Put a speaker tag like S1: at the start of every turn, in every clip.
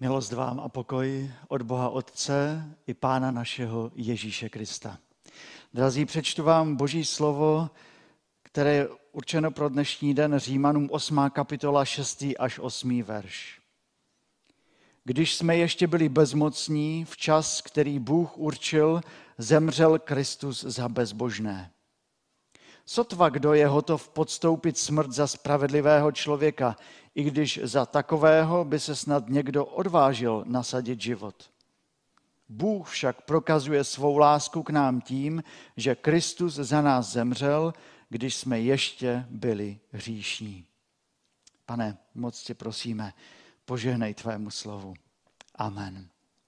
S1: Milost vám a pokoj od Boha Otce i Pána našeho Ježíše Krista. Drazí, přečtu vám Boží slovo, které je určeno pro dnešní den, Římanům 8. kapitola 6. až 8. verš. Když jsme ještě byli bezmocní, v čas, který Bůh určil, zemřel Kristus za bezbožné. Sotva kdo je hotov podstoupit smrt za spravedlivého člověka, i když za takového by se snad někdo odvážil nasadit život. Bůh však prokazuje svou lásku k nám tím, že Kristus za nás zemřel, když jsme ještě byli hříšní. Pane, moc tě prosíme, požehnej tvému slovu. Amen.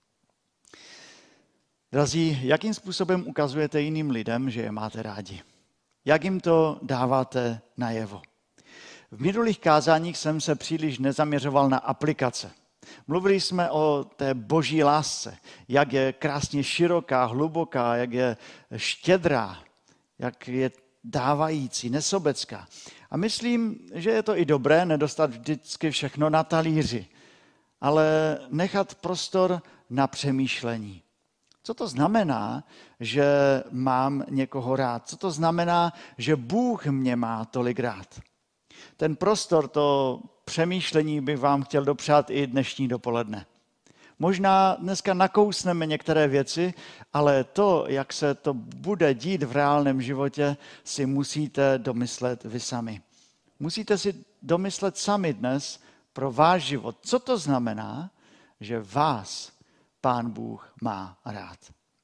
S1: Drazí, jakým způsobem ukazujete jiným lidem, že je máte rádi? Jak jim to dáváte najevo? V minulých kázáních jsem se příliš nezaměřoval na aplikace. Mluvili jsme o té boží lásce, jak je krásně široká, hluboká, jak je štědrá, jak je dávající, nesobecká. A myslím, že je to i dobré nedostat vždycky všechno na talíři, ale nechat prostor na přemýšlení. Co to znamená, že mám někoho rád? Co to znamená, že Bůh mě má tolik rád? Ten prostor, to přemýšlení bych vám chtěl dopřát i dnešní dopoledne. Možná dneska nakousneme některé věci, ale to, jak se to bude dít v reálném životě, si musíte domyslet vy sami. Musíte si domyslet sami dnes pro váš život. Co to znamená, že vás Pán Bůh má rád?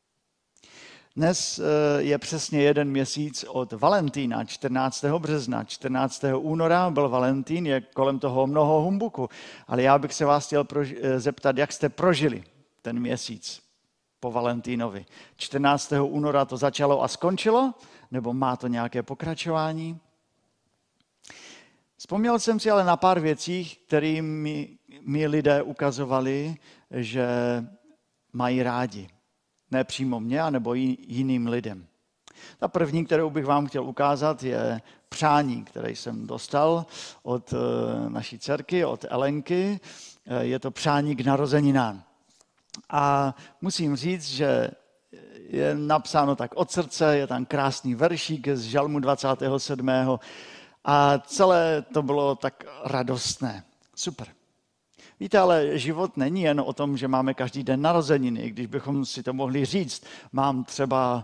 S1: Dnes je přesně 1 měsíc od Valentína, 14. března. 14. února byl Valentín, je kolem toho mnoho humbuku. Ale já bych se vás chtěl zeptat, jak jste prožili ten měsíc po Valentínovi. 14. února to začalo a skončilo? Nebo má to nějaké pokračování? Vzpomněl jsem si ale na pár věcí, kterými mi lidé ukazovali, že mají rádi. Ne přímo mě, anebo jiným lidem. Ta první, kterou bych vám chtěl ukázat, je přání, které jsem dostal od naší dcerky, od Elenky. Je to přání k narozeninám. A musím říct, že je napsáno tak od srdce, je tam krásný veršík z Žalmu 27. A celé to bylo tak radostné. Super. Víte, ale život není jen o tom, že máme každý den narozeniny. Když bychom si to mohli říct, mám třeba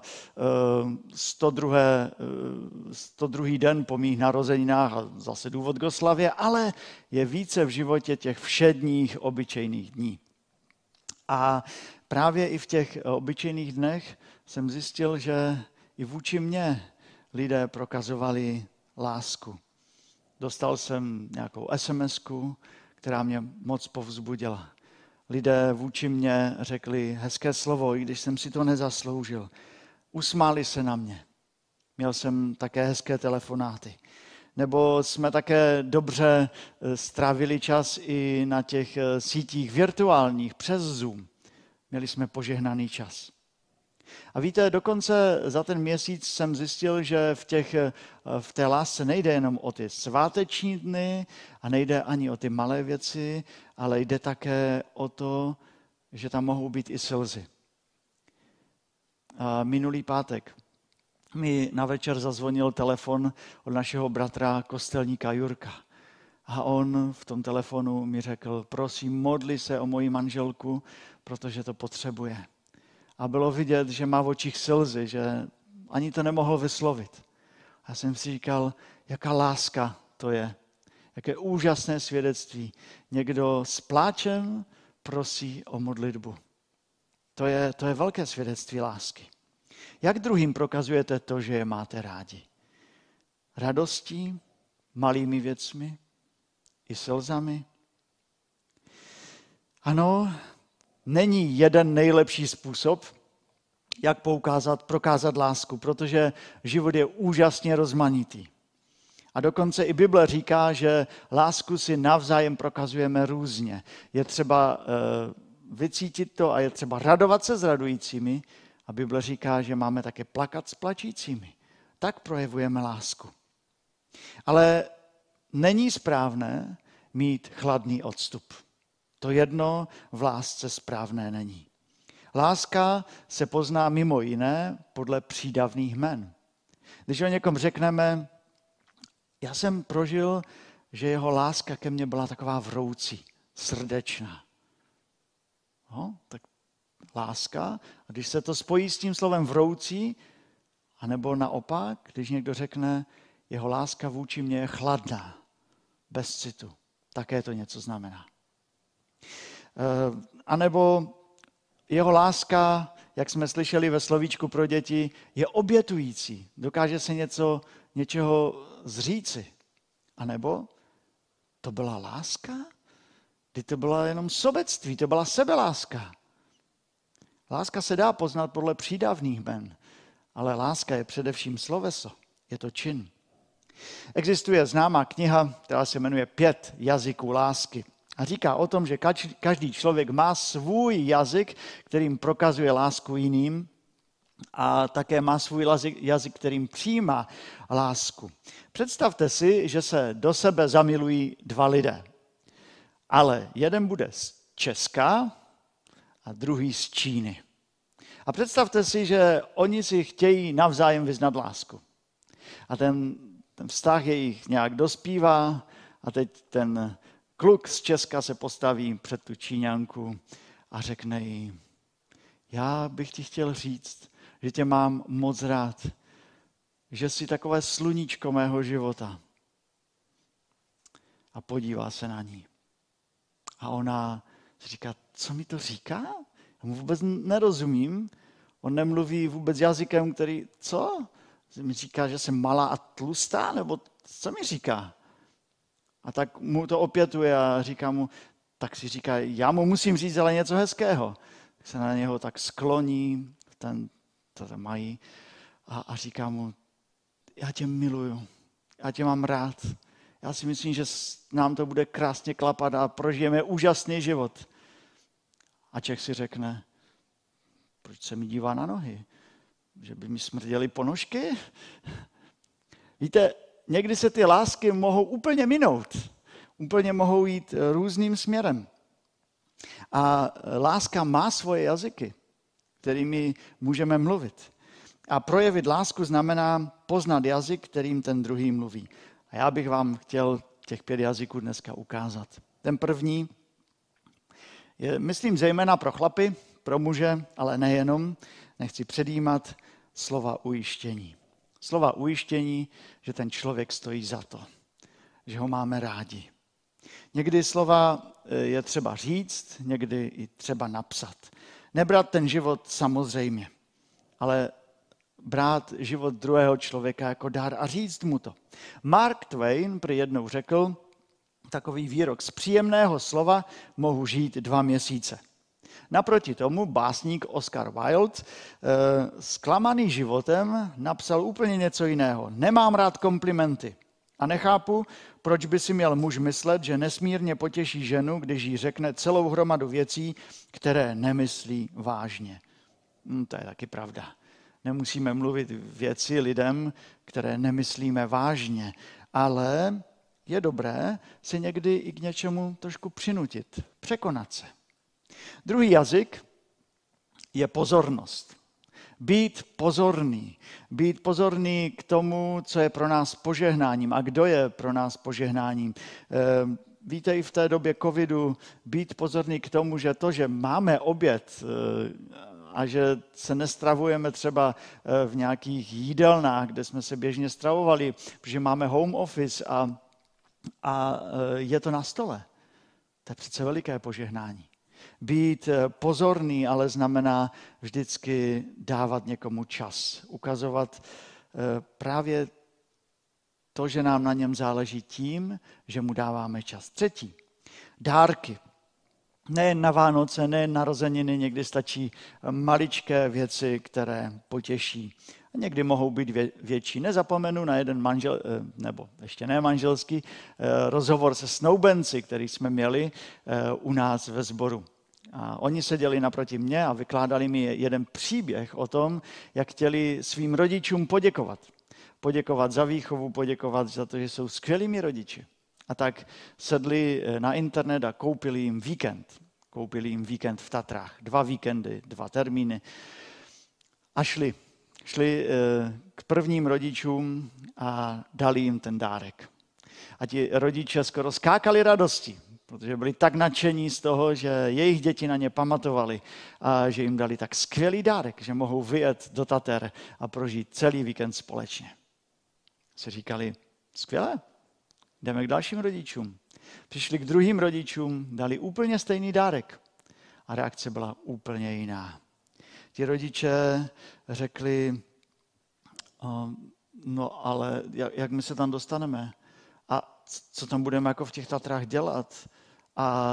S1: 102. den po mých narozeninách a zase důvod k oslavě, ale je více v životě těch všedních, obyčejných dní. A právě i v těch obyčejných dnech jsem zjistil, že i vůči mně lidé prokazovali lásku. Dostal jsem nějakou SMS-ku, která mě moc povzbudila. Lidé vůči mně řekli hezké slovo, i když jsem si to nezasloužil. Usmáli se na mě. Měl jsem také hezké telefonáty. Nebo jsme také dobře strávili čas i na těch sítích virtuálních přes Zoom. Měli jsme požehnaný čas. A víte, dokonce za ten měsíc jsem zjistil, že v té lásce nejde jenom o ty sváteční dny a nejde ani o ty malé věci, ale jde také o to, že tam mohou být i slzy. A minulý pátek mi na večer zazvonil telefon od našeho bratra kostelníka Jurka. A on v tom telefonu mi řekl, prosím, modli se o moji manželku, protože to potřebuje. A bylo vidět, že má v očích slzy, že ani to nemohl vyslovit. Já jsem si říkal, jaká láska to je. Jaké úžasné svědectví. Někdo s pláčem prosí o modlitbu. To je velké svědectví lásky. Jak druhým prokazujete to, že je máte rádi? Radostí, malými věcmi i slzami? Ano, není jeden nejlepší způsob, jak prokázat lásku, protože život je úžasně rozmanitý. A dokonce i Bible říká, že lásku si navzájem prokazujeme různě. Je třeba vycítit to a je třeba radovat se s radujícími. A Bible říká, že máme také plakat s plačícími. Tak projevujeme lásku. Ale není správné mít chladný odstup. To jedno v lásce správné není. Láska se pozná mimo jiné podle přídavných jmen. Když o někom řekneme, já jsem prožil, že jeho láska ke mně byla taková vroucí, srdečná. No, tak láska, a když se to spojí s tím slovem vroucí, anebo naopak, když někdo řekne, jeho láska vůči mně je chladná, bez citu, také to něco znamená. A nebo jeho láska, jak jsme slyšeli ve slovíčku pro děti, je obětující, dokáže se něčeho zříci. A nebo to byla láska? Kdy to byla jenom sobectví, to byla sebeláska. Láska se dá poznat podle přídavných jmen, ale láska je především sloveso, je to čin. Existuje známá kniha, která se jmenuje 5 jazyků lásky. A říká o tom, že každý člověk má svůj jazyk, kterým prokazuje lásku jiným, a také má svůj jazyk, kterým přijímá lásku. Představte si, že se do sebe zamilují 2 lidé. Ale jeden bude z Česka a druhý z Číny. A představte si, že oni si chtějí navzájem vyznat lásku. A ten vztah jejich nějak dospívá a teď ten kluk z Česka se postaví před tu Číňanku a řekne jí, já bych ti chtěl říct, že tě mám moc rád, že jsi takové sluníčko mého života. A podívá se na ní. A ona si říká, co mi to říká? Já mu vůbec nerozumím. On nemluví vůbec jazykem, který, co? Mi říká, že jsem malá a tlustá? Nebo co mi říká? A tak mu to opětuje a říká mu, tak si říká, já mu musím říct ale něco hezkého. Tak se na něho tak skloní, to mají, a říká mu, já tě miluju, já tě mám rád. Já si myslím, že nám to bude krásně klapat a prožijeme úžasný život. A Čech si řekne, proč se mi dívá na nohy? Že by mi smrděly ponožky? Víte, někdy se ty lásky mohou úplně minout. Úplně mohou jít různým směrem. A láska má svoje jazyky, kterými můžeme mluvit. A projevit lásku znamená poznat jazyk, kterým ten druhý mluví. A já bych vám chtěl těch 5 jazyků dneska ukázat. Ten první je, myslím, zejména pro chlapy, pro muže, ale nejenom. Nechci předjímat slova ujištění. Slova ujištění, že ten člověk stojí za to, že ho máme rádi. Někdy slova je třeba říct, někdy i třeba napsat. Nebrat ten život samozřejmě, ale brát život druhého člověka jako dar a říct mu to. Mark Twain prý jednou řekl takový výrok, z příjemného slova mohu žít 2 měsíce. Naproti tomu básník Oscar Wilde, zklamaný životem, napsal úplně něco jiného. Nemám rád komplimenty a nechápu, proč by si měl muž myslet, že nesmírně potěší ženu, když jí řekne celou hromadu věcí, které nemyslí vážně. To je taky pravda. Nemusíme mluvit věci lidem, které nemyslíme vážně, ale je dobré se někdy i k něčemu trošku přinutit, překonat se. Druhý jazyk je pozornost. Být pozorný. Být pozorný k tomu, co je pro nás požehnáním a kdo je pro nás požehnáním. Víte, i v té době covidu být pozorný k tomu, že to, že máme oběd a že se nestravujeme třeba v nějakých jídelnách, kde jsme se běžně stravovali, protože máme home office a je to na stole. To je přece veliké požehnání. Být pozorný ale znamená vždycky dávat někomu čas. Ukazovat právě to, že nám na něm záleží tím, že mu dáváme čas. Třetí, dárky. Nejen na Vánoce, nejen narozeniny, někdy stačí maličké věci, které potěší. A někdy mohou být větší. Nezapomenu na jeden nebo ještě ne manželský, rozhovor se snoubenci, který jsme měli u nás ve sboru. A oni seděli naproti mně a vykládali mi jeden příběh o tom, jak chtěli svým rodičům poděkovat. Poděkovat za výchovu, poděkovat za to, že jsou skvělými rodiči. A tak sedli na internet a koupili jim víkend. Koupili jim víkend v Tatrách. 2 víkendy, 2 termíny. A šli k prvním rodičům a dali jim ten dárek. A ti rodiče skoro skákali radostí, protože byli tak nadšení z toho, že jejich děti na ně pamatovali a že jim dali tak skvělý dárek, že mohou vyjet do Tater a prožít celý víkend společně. Si říkali, skvělé, jdeme k dalším rodičům. Přišli k druhým rodičům, dali úplně stejný dárek a reakce byla úplně jiná. Ti rodiče řekli, no ale jak my se tam dostaneme? A co tam budeme jako v těch Tatrách dělat? A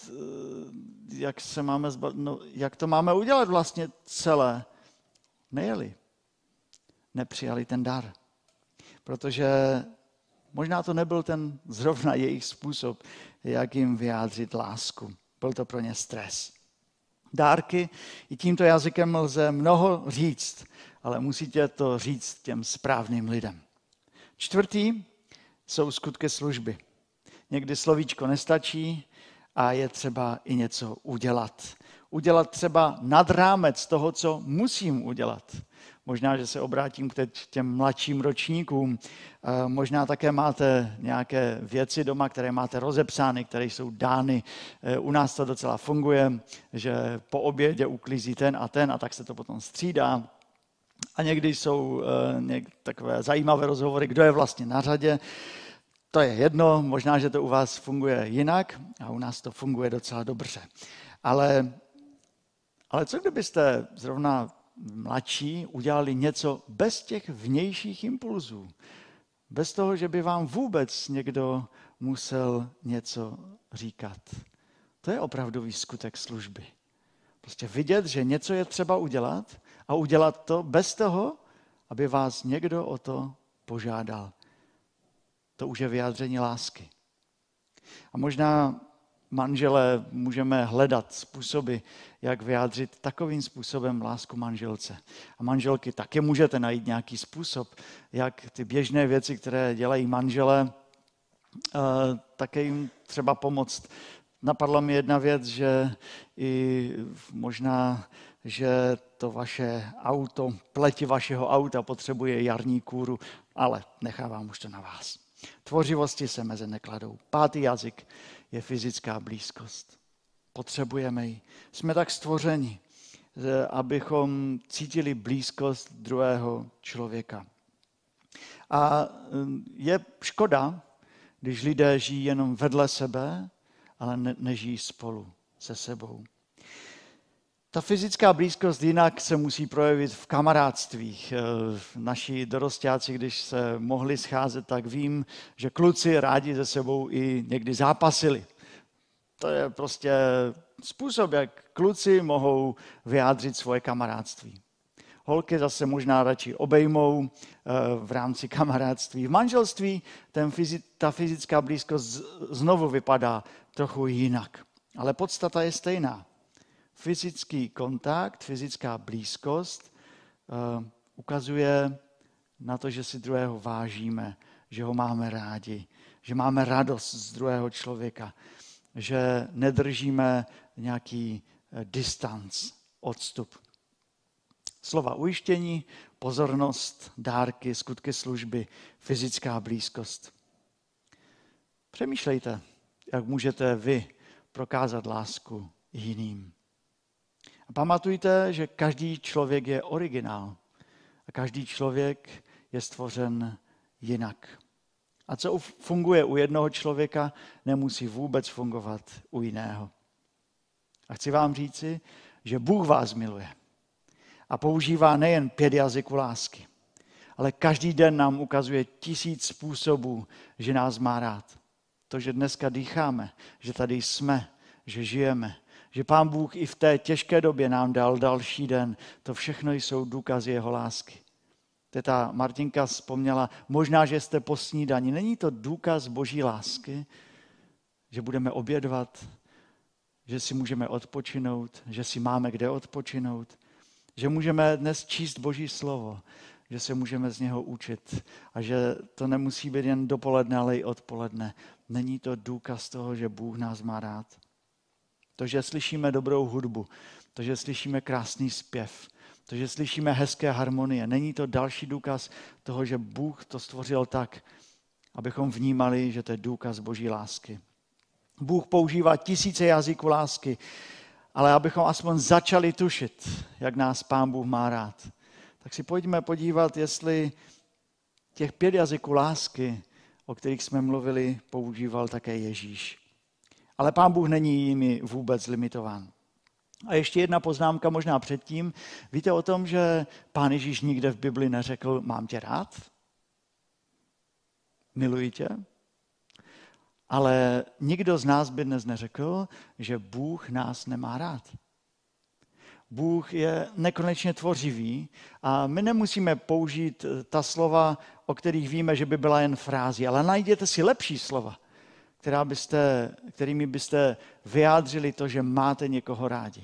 S1: jak to máme udělat vlastně celé? Nejeli. Nepřijali ten dar. Protože možná to nebyl ten zrovna jejich způsob, jak jim vyjádřit lásku. Byl to pro ně stres. Dárky i tímto jazykem lze mnoho říct, ale musíte to říct těm správným lidem. 4. jsou skutky služby. Někdy slovíčko nestačí a je třeba i něco udělat. Udělat třeba nad rámec toho, co musím udělat. Možná, že se obrátím k těm mladším ročníkům. Možná také máte nějaké věci doma, které máte rozepsány, které jsou dány. U nás to docela funguje, že po obědě uklízí ten a tak se to potom střídá. A někdy jsou takové zajímavé rozhovory, kdo je vlastně na řadě. To je jedno, možná, že to u vás funguje jinak a u nás to funguje docela dobře. Ale co kdybyste zrovna mladší udělali něco bez těch vnějších impulzů? Bez toho, že by vám vůbec někdo musel něco říkat. To je opravdový skutek služby. Prostě vidět, že něco je třeba udělat a udělat to bez toho, aby vás někdo o to požádal. To už je vyjádření lásky. A možná manželé můžeme hledat způsoby, jak vyjádřit takovým způsobem lásku manželce. A manželky taky můžete najít nějaký způsob, jak ty běžné věci, které dělají manželé, také jim třeba pomoct. Napadla mi jedna věc, že i možná, že to vaše auto, pleti vašeho auta potřebuje jarní kůru, ale nechávám už to na vás. Tvořivosti se meze nekladou. 5. jazyk je fyzická blízkost. Potřebujeme ji. Jsme tak stvořeni, abychom cítili blízkost druhého člověka. A je škoda, když lidé žijí jenom vedle sebe, ale nežijí spolu se sebou. Ta fyzická blízkost jinak se musí projevit v kamarádstvích. Naši dorostáci, když se mohli scházet, tak vím, že kluci rádi se sebou i někdy zápasili. To je prostě způsob, jak kluci mohou vyjádřit svoje kamarádství. Holky zase možná radši obejmou v rámci kamarádství. V manželství ta fyzická blízkost znovu vypadá trochu jinak. Ale podstata je stejná. Fyzický kontakt, fyzická blízkost ukazuje na to, že si druhého vážíme, že ho máme rádi, že máme radost z druhého člověka, že nedržíme nějaký distanc, odstup. Slova ujištění, pozornost, dárky, skutky služby, fyzická blízkost. Přemýšlejte, jak můžete vy prokázat lásku jiným. A pamatujte, že každý člověk je originál a každý člověk je stvořen jinak. A co funguje u jednoho člověka, nemusí vůbec fungovat u jiného. A chci vám říci, že Bůh vás miluje a používá nejen 5 jazyků lásky, ale každý den nám ukazuje 1000 způsobů, že nás má rád. To, že dneska dýcháme, že tady jsme, že žijeme, že Pán Bůh i v té těžké době nám dal další den, to všechno jsou důkazy jeho lásky. Teta Martinka vzpomněla, možná, že jste po snídani. Není to důkaz Boží lásky, že budeme obědvat, že si můžeme odpočinout, že si máme kde odpočinout, že můžeme dnes číst Boží slovo. že se můžeme z něho učit a že to nemusí být jen dopoledne, ale i odpoledne. Není to důkaz toho, že Bůh nás má rád? To, že slyšíme dobrou hudbu, to, že slyšíme krásný zpěv, to, že slyšíme hezké harmonie, není to další důkaz toho, že Bůh to stvořil tak, abychom vnímali, že to je důkaz Boží lásky. Bůh používá tisíce jazyků lásky, ale abychom aspoň začali tušit, jak nás Pán Bůh má rád, tak si pojďme podívat, jestli těch 5 jazyků lásky, o kterých jsme mluvili, používal také Ježíš. Ale Pán Bůh není jimi vůbec limitován. A ještě jedna poznámka možná předtím. Víte o tom, že Pán Ježíš nikde v Bibli neřekl, mám tě rád? Miluji tě? Ale nikdo z nás by dnes neřekl, že Bůh nás nemá rád. Bůh je nekonečně tvořivý a my nemusíme použít ta slova, o kterých víme, že by byla jen frází, ale najděte si lepší slova, kterými byste vyjádřili to, že máte někoho rádi.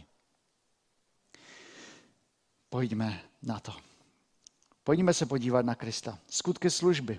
S1: Pojďme na to. Pojďme se podívat na Krista. Skutky služby.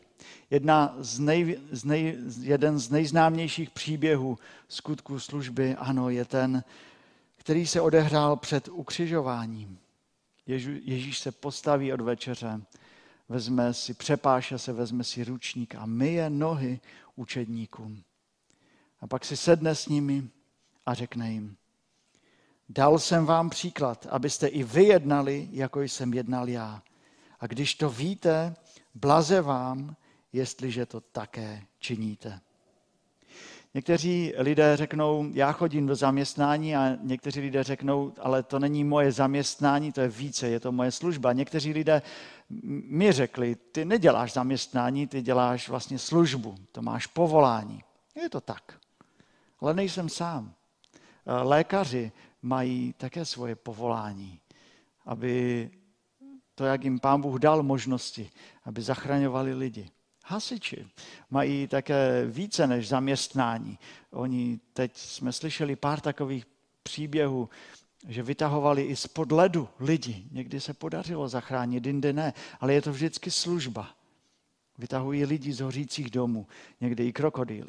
S1: Jeden z nejznámějších příběhů skutků služby, ano, je ten, který se odehrál před ukřižováním. Ježíš se postaví od večeře, přepáše se, vezme si ručník a myje nohy učedníkům. A pak si sedne s nimi a řekne jim, dal jsem vám příklad, abyste i vy jednali, jako jsem jednal já. A když to víte, blaze vám, jestliže to také činíte. Někteří lidé řeknou, já chodím do zaměstnání a někteří lidé řeknou, ale to není moje zaměstnání, to je více, je to moje služba. Někteří lidé mi řekli, ty neděláš zaměstnání, ty děláš vlastně službu, to máš povolání. Je to tak, ale nejsem sám. Lékaři mají také svoje povolání, aby to, jak jim Pán Bůh dal možnosti, aby zachraňovali lidi. Hasiči mají také více než zaměstnání. Teď jsme slyšeli pár takových příběhů, že vytahovali i spod ledu lidi. Někdy se podařilo zachránit, jindy ne, ale je to vždycky služba. Vytahují lidi z hořících domů, někdy i krokodýly.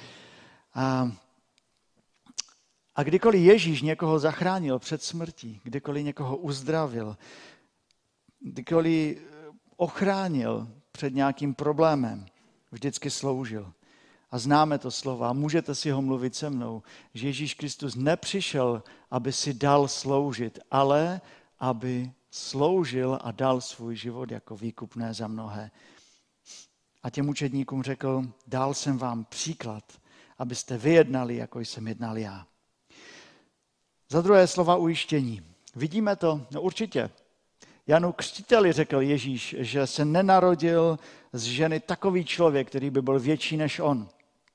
S1: A kdykoliv Ježíš někoho zachránil před smrtí, kdykoliv někoho uzdravil, kdykoliv ochránil před nějakým problémem, vždycky sloužil. A známe to slova, můžete si ho mluvit se mnou, že Ježíš Kristus nepřišel, aby si dal sloužit, ale aby sloužil a dal svůj život jako výkupné za mnohé. A těm učedníkům řekl, dal jsem vám příklad, abyste vy jednali, jako jsem jednal já. Za druhé slova ujištění. Vidíme to? No určitě. Janu Křtiteli řekl Ježíš, že se nenarodil z ženy takový člověk, který by byl větší než on.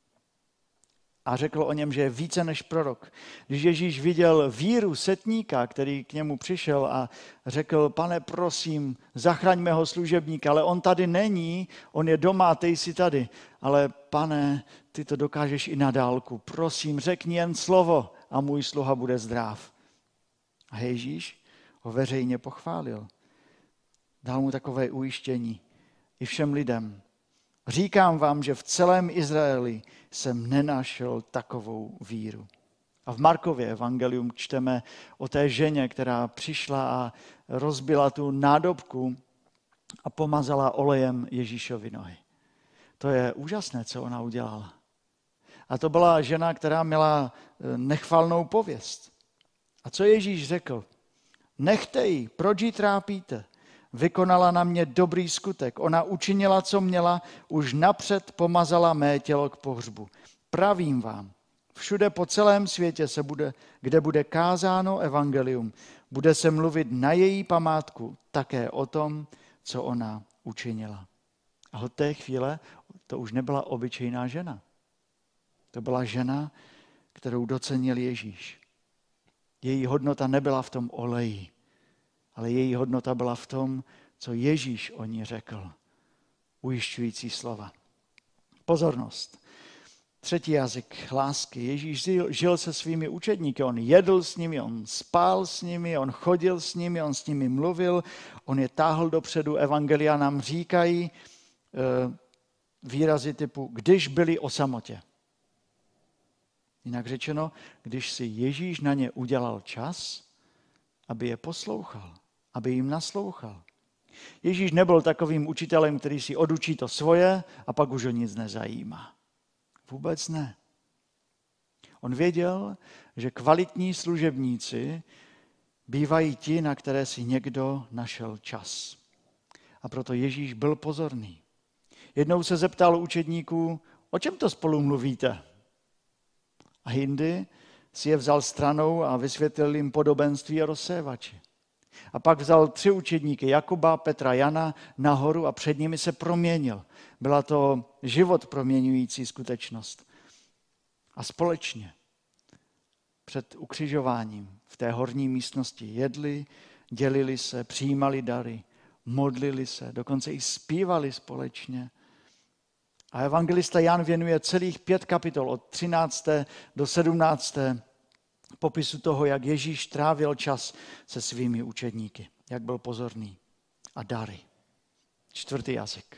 S1: A řekl o něm, že je více než prorok. Když Ježíš viděl víru setníka, který k němu přišel a řekl, pane, prosím, zachraň mého služebníka, ale on tady není, on je doma, ty jsi tady. Ale pane, ty to dokážeš i na dálku. Prosím, řekni jen slovo a můj sluha bude zdrav. A Ježíš ho veřejně pochválil. Dal mu takové ujištění i všem lidem. Říkám vám, že v celém Izraeli jsem nenašel takovou víru. A v Markově evangelium čteme o té ženě, která přišla a rozbila tu nádobku a pomazala olejem Ježíšovi nohy. To je úžasné, co ona udělala. A to byla žena, která měla nechvalnou pověst. A co Ježíš řekl? Nechte ji, proč ji trápíte? Vykonala na mě dobrý skutek. Ona učinila, co měla, už napřed pomazala mé tělo k pohřbu. Pravím vám, všude po celém světě kde bude kázáno evangelium, bude se mluvit na její památku také o tom, co ona učinila. A od té chvíle to už nebyla obyčejná žena. To byla žena, kterou docenil Ježíš. Její hodnota nebyla v tom oleji, ale její hodnota byla v tom, co Ježíš o ní řekl. Ujišťující slova. Pozornost. Třetí jazyk lásky. Ježíš žil se svými učedníky, on jedl s nimi, on spal s nimi, on chodil s nimi, on s nimi mluvil, on je táhl dopředu. Evangelia nám říkají výrazy typu, když byli o samotě. Jinak řečeno, když si Ježíš na ně udělal čas, aby je poslouchal, aby jim naslouchal. Ježíš nebyl takovým učitelem, který si odučí to svoje a pak už ho nic nezajímá. Vůbec ne. On věděl, že kvalitní služebníci bývají ti, na které si někdo našel čas. A proto Ježíš byl pozorný. Jednou se zeptal učedníků, o čem to spolu mluvíte? A jindy si je vzal stranou a vysvětlil jim podobenství o rozsévači. A pak vzal 3 učedníky, Jakuba, Petra, Jana, nahoru a před nimi se proměnil. Byla to život proměňující skutečnost. A společně před ukřižováním v té horní místnosti jedli, dělili se, přijímali dary, modlili se, dokonce i zpívali společně. A evangelista Jan věnuje celých 5 kapitol od 13. do 17. popisu toho, jak Ježíš trávil čas se svými učedníky, jak byl pozorný. A dary. 4. jazyk.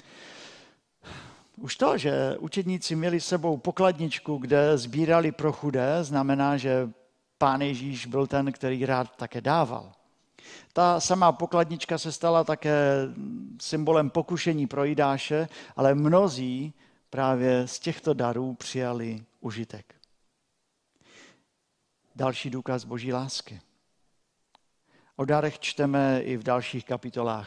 S1: Už to, že učedníci měli s sebou pokladničku, kde sbírali pro chudé, znamená, že Pán Ježíš byl ten, který rád také dával. Ta samá pokladnička se stala také symbolem pokušení pro Jidáše, ale mnozí právě z těchto darů přijali užitek. Další důkaz boží lásky. O darech čteme i v dalších kapitolách.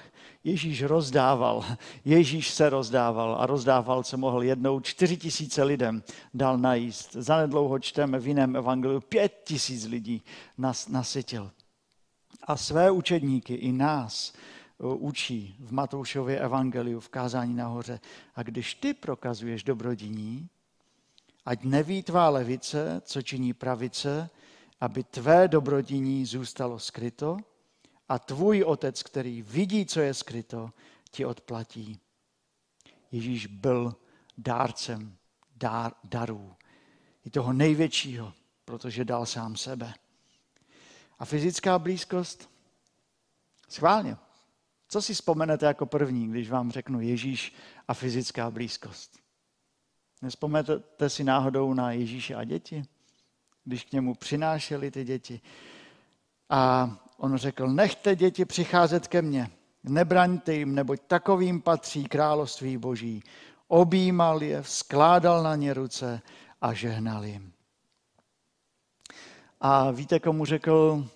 S1: Ježíš se rozdával a rozdával se mohl jednou 4 000 lidem, dal najíst. Zanedlouho čteme v jiném evangeliu 5 000 lidí nasytil. A své učedníky i nás učí v Matoušově evangeliu v kázání nahoře. A když ty prokazuješ dobrodiní, ať neví tvá levice, co činí pravice, aby tvé dobrodiní zůstalo skryto a tvůj otec, který vidí, co je skryto, ti odplatí. Ježíš byl dárcem darů. I toho největšího, protože dal sám sebe. A fyzická blízkost? Schválně. Co si vzpomenete jako první, když vám řeknu Ježíš a fyzická blízkost? Nevzpomenete si náhodou na Ježíše a děti? Když k němu přinášeli ty děti. A on řekl, nechte děti přicházet ke mně, nebraňte jim, neboť takovým patří království boží. Objímal je, vzkládal na ně ruce a žehnal jim. A víte, komu řekl,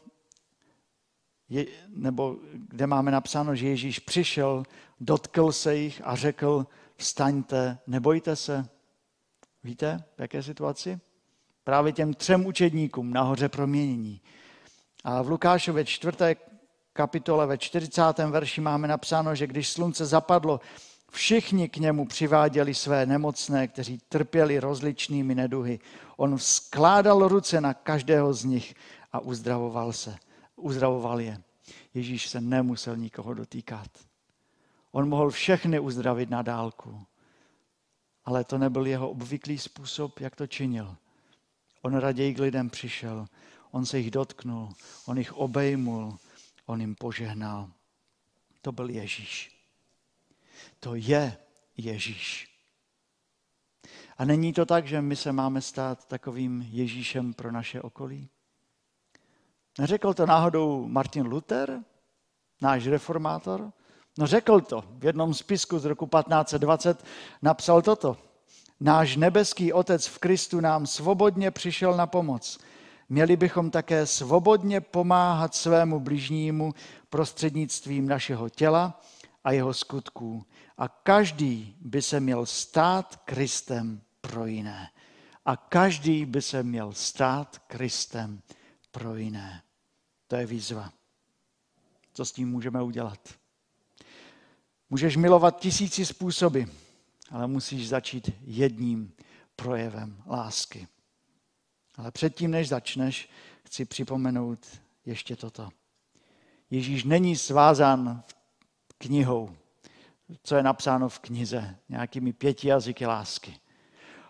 S1: nebo kde máme napsáno, že Ježíš přišel, dotkl se jich a řekl, vstaňte, nebojte se. Víte, v jaké situaci? Právě těm 3 učedníkům na hoře proměnění. A v Lukášově 4. kapitole ve 40. verši máme napsáno, že když slunce zapadlo, všichni k němu přiváděli své nemocné, kteří trpěli rozličnými neduhy. On skládal ruce na každého z nich a uzdravoval je. Ježíš se nemusel nikoho dotýkat. On mohl všechny uzdravit na dálku. Ale to nebyl jeho obvyklý způsob, jak to činil. On raději k lidem přišel, on se jich dotknul, on jich obejmul, on jim požehnal. To byl Ježíš. To je Ježíš. A není to tak, že my se máme stát takovým Ježíšem pro naše okolí? Neřekl to náhodou Martin Luther, náš reformátor? No řekl to. V jednom spisku z roku 1520 napsal toto. Náš nebeský Otec v Kristu nám svobodně přišel na pomoc. Měli bychom také svobodně pomáhat svému bližnímu prostřednictvím našeho těla a jeho skutků. A každý by se měl stát Kristem pro jiné. A každý by se měl stát Kristem pro jiné. To je výzva. Co s tím můžeme udělat? Můžeš milovat 1000 způsoby, ale musíš začít jedním projevem lásky. Ale předtím, než začneš, chci připomenout ještě toto. Ježíš není svázán knihou, co je napsáno v knize, nějakými 5 jazyky lásky.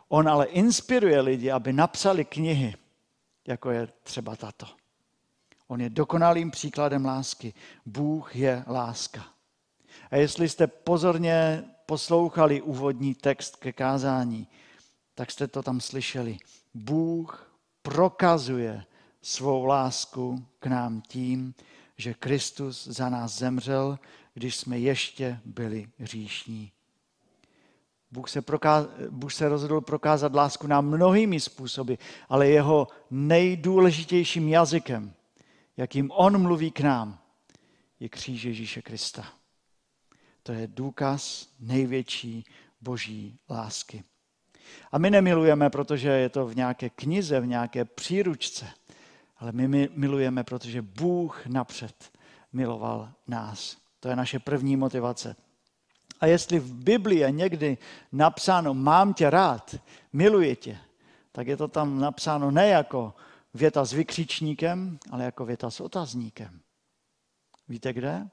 S1: On ale inspiruje lidi, aby napsali knihy, jako je třeba tato. On je dokonalým příkladem lásky. Bůh je láska. A jestli jste pozorně poslouchali úvodní text ke kázání, tak jste to tam slyšeli. Bůh prokazuje svou lásku k nám tím, že Kristus za nás zemřel, když jsme ještě byli hříšní. Bůh se rozhodl prokázat lásku nám mnohými způsoby, ale jeho nejdůležitějším jazykem, jakým on mluví k nám, je kříž Ježíše Krista. To je důkaz největší boží lásky. A my nemilujeme, protože je to v nějaké knize, v nějaké příručce, ale my milujeme, protože Bůh napřed miloval nás. To je naše první motivace. A jestli v Biblii je někdy napsáno mám tě rád, miluji tě, tak je to tam napsáno ne jako věta s vykřičníkem, ale jako věta s otazníkem. Víte kde?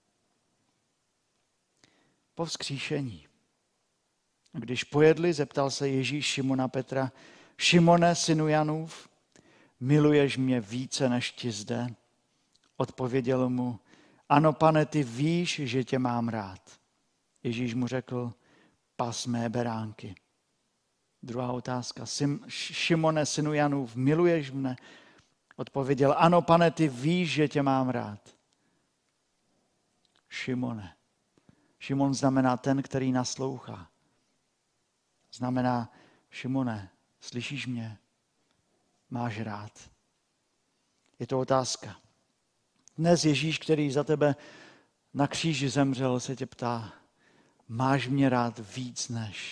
S1: Po vzkříšení. Když pojedli, zeptal se Ježíš Šimona Petra, Šimone, synu Janův, miluješ mě více než ti zde? Odpověděl mu, ano, Pane, ty víš, že tě mám rád. Ježíš mu řekl, pas mé beránky. Druhá otázka, Šimone, synu Janův, miluješ mne? Odpověděl, ano, Pane, ty víš, že tě mám rád. Šimone. Šimon znamená ten, který naslouchá. Znamená, Šimone, slyšíš mě? Máš rád? Je to otázka. Dnes Ježíš, který za tebe na kříži zemřel, se tě ptá, máš mě rád víc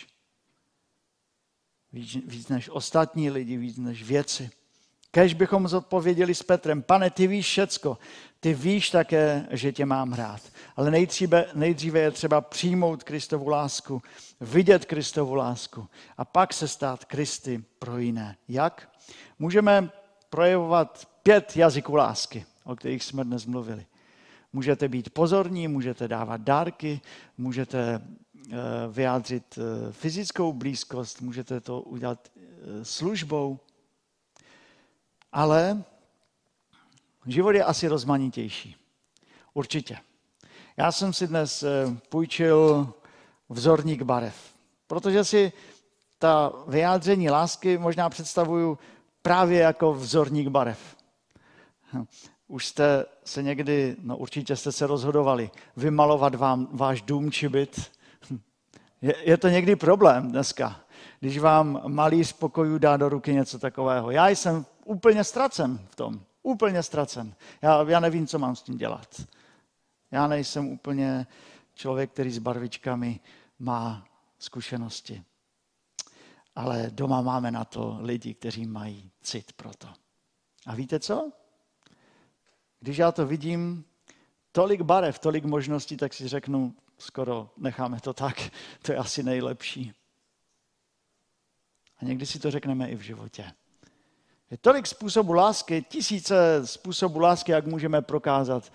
S1: než ostatní lidi, víc než věci. Kéž bychom zodpověděli s Petrem, Pane, ty víš všecko, ty víš také, že tě mám rád. Ale nejdříve je třeba přijmout Kristovu lásku, vidět Kristovu lásku a pak se stát Kristy pro jiné. Jak? Můžeme projevovat 5 jazyků lásky, o kterých jsme dnes mluvili. Můžete být pozorní, můžete dávat dárky, můžete vyjádřit fyzickou blízkost, můžete to udělat službou, ale život je asi rozmanitější. Určitě. Já jsem si dnes půjčil vzorník barev, protože si ta vyjádření lásky možná představuju právě jako vzorník barev. Už jste se někdy, určitě jste se rozhodovali, vymalovat váš dům či byt. Je to někdy problém dneska, když vám malíř pokojů dá do ruky něco takového. Já jsem úplně ztracen v tom, úplně ztracen. Já nevím, co mám s tím dělat. Já nejsem úplně člověk, který s barvičkami má zkušenosti. Ale doma máme na to lidi, kteří mají cit pro to. A víte co? Když já to vidím, tolik barev, tolik možností, tak si řeknu, skoro necháme to tak, to je asi nejlepší. A někdy si to řekneme i v životě. Je tolik způsobů lásky, tisíce způsobů lásky, jak můžeme prokázat.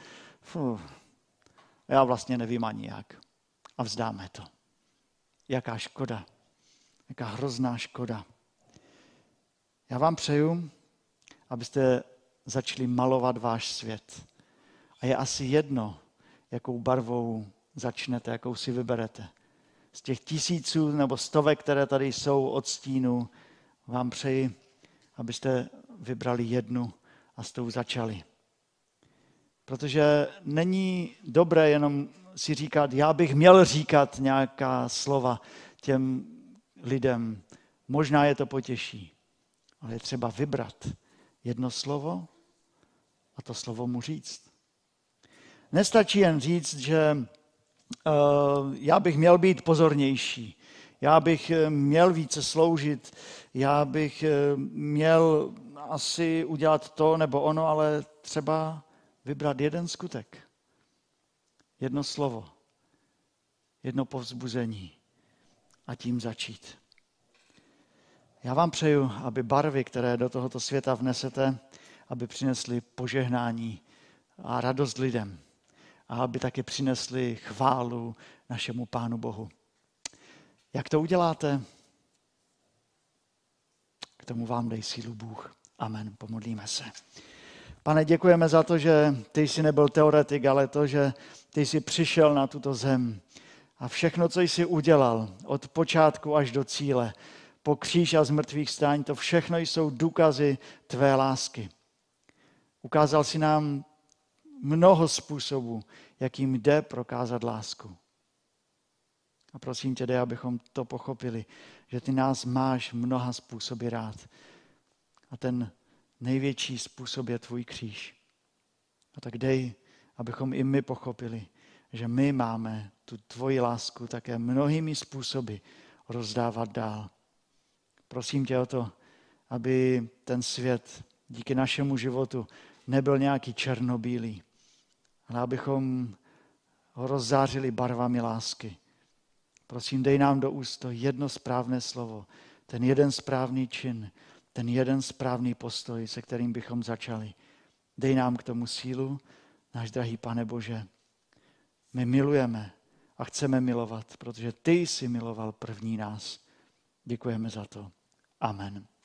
S1: Já vlastně nevím ani jak. A vzdáme to. Jaká škoda. Jaká hrozná škoda. Já vám přeju, abyste začali malovat váš svět. A je asi jedno, jakou barvou začnete, jakou si vyberete. Z těch tisíců nebo stovek, které tady jsou od stínu, vám přeji, abyste vybrali jednu a s tou začali. Protože není dobré jenom si říkat, já bych měl říkat nějaká slova těm lidem. Možná je to potěší, ale je třeba vybrat jedno slovo a to slovo mu říct. Nestačí jen říct, že já bych měl být pozornější, já bych měl více sloužit, já bych měl asi udělat to nebo ono, ale třeba vybrat jeden skutek, jedno slovo, jedno povzbuzení a tím začít. Já vám přeju, aby barvy, které do tohoto světa vnesete, aby přinesly požehnání a radost lidem a aby taky přinesly chválu našemu Pánu Bohu. Jak to uděláte? tomu vám dej sílu Bůh. Amen. Pomodlíme se. Pane, děkujeme za to, že ty jsi nebyl teoretik, ale to, že ty jsi přišel na tuto zem. A všechno, co jsi udělal, od počátku až do cíle, po kříž a zmrtvých stání, to všechno jsou důkazy tvé lásky. Ukázal si nám mnoho způsobů, jakým jde prokázat lásku. A prosím tě, dej, abychom to pochopili, že ty nás máš mnoha způsoby rád. A ten největší způsob je tvůj kříž. A tak dej, abychom i my pochopili, že my máme tu tvoji lásku také mnohými způsoby rozdávat dál. Prosím tě o to, aby ten svět díky našemu životu nebyl nějaký černobílý, ale abychom ho rozzářili barvami lásky. Prosím, dej nám do úst to jedno správné slovo, ten jeden správný čin, ten jeden správný postoj, se kterým bychom začali. Dej nám k tomu sílu, náš drahý Pane Bože. My milujeme a chceme milovat, protože ty jsi miloval první nás. Děkujeme za to. Amen.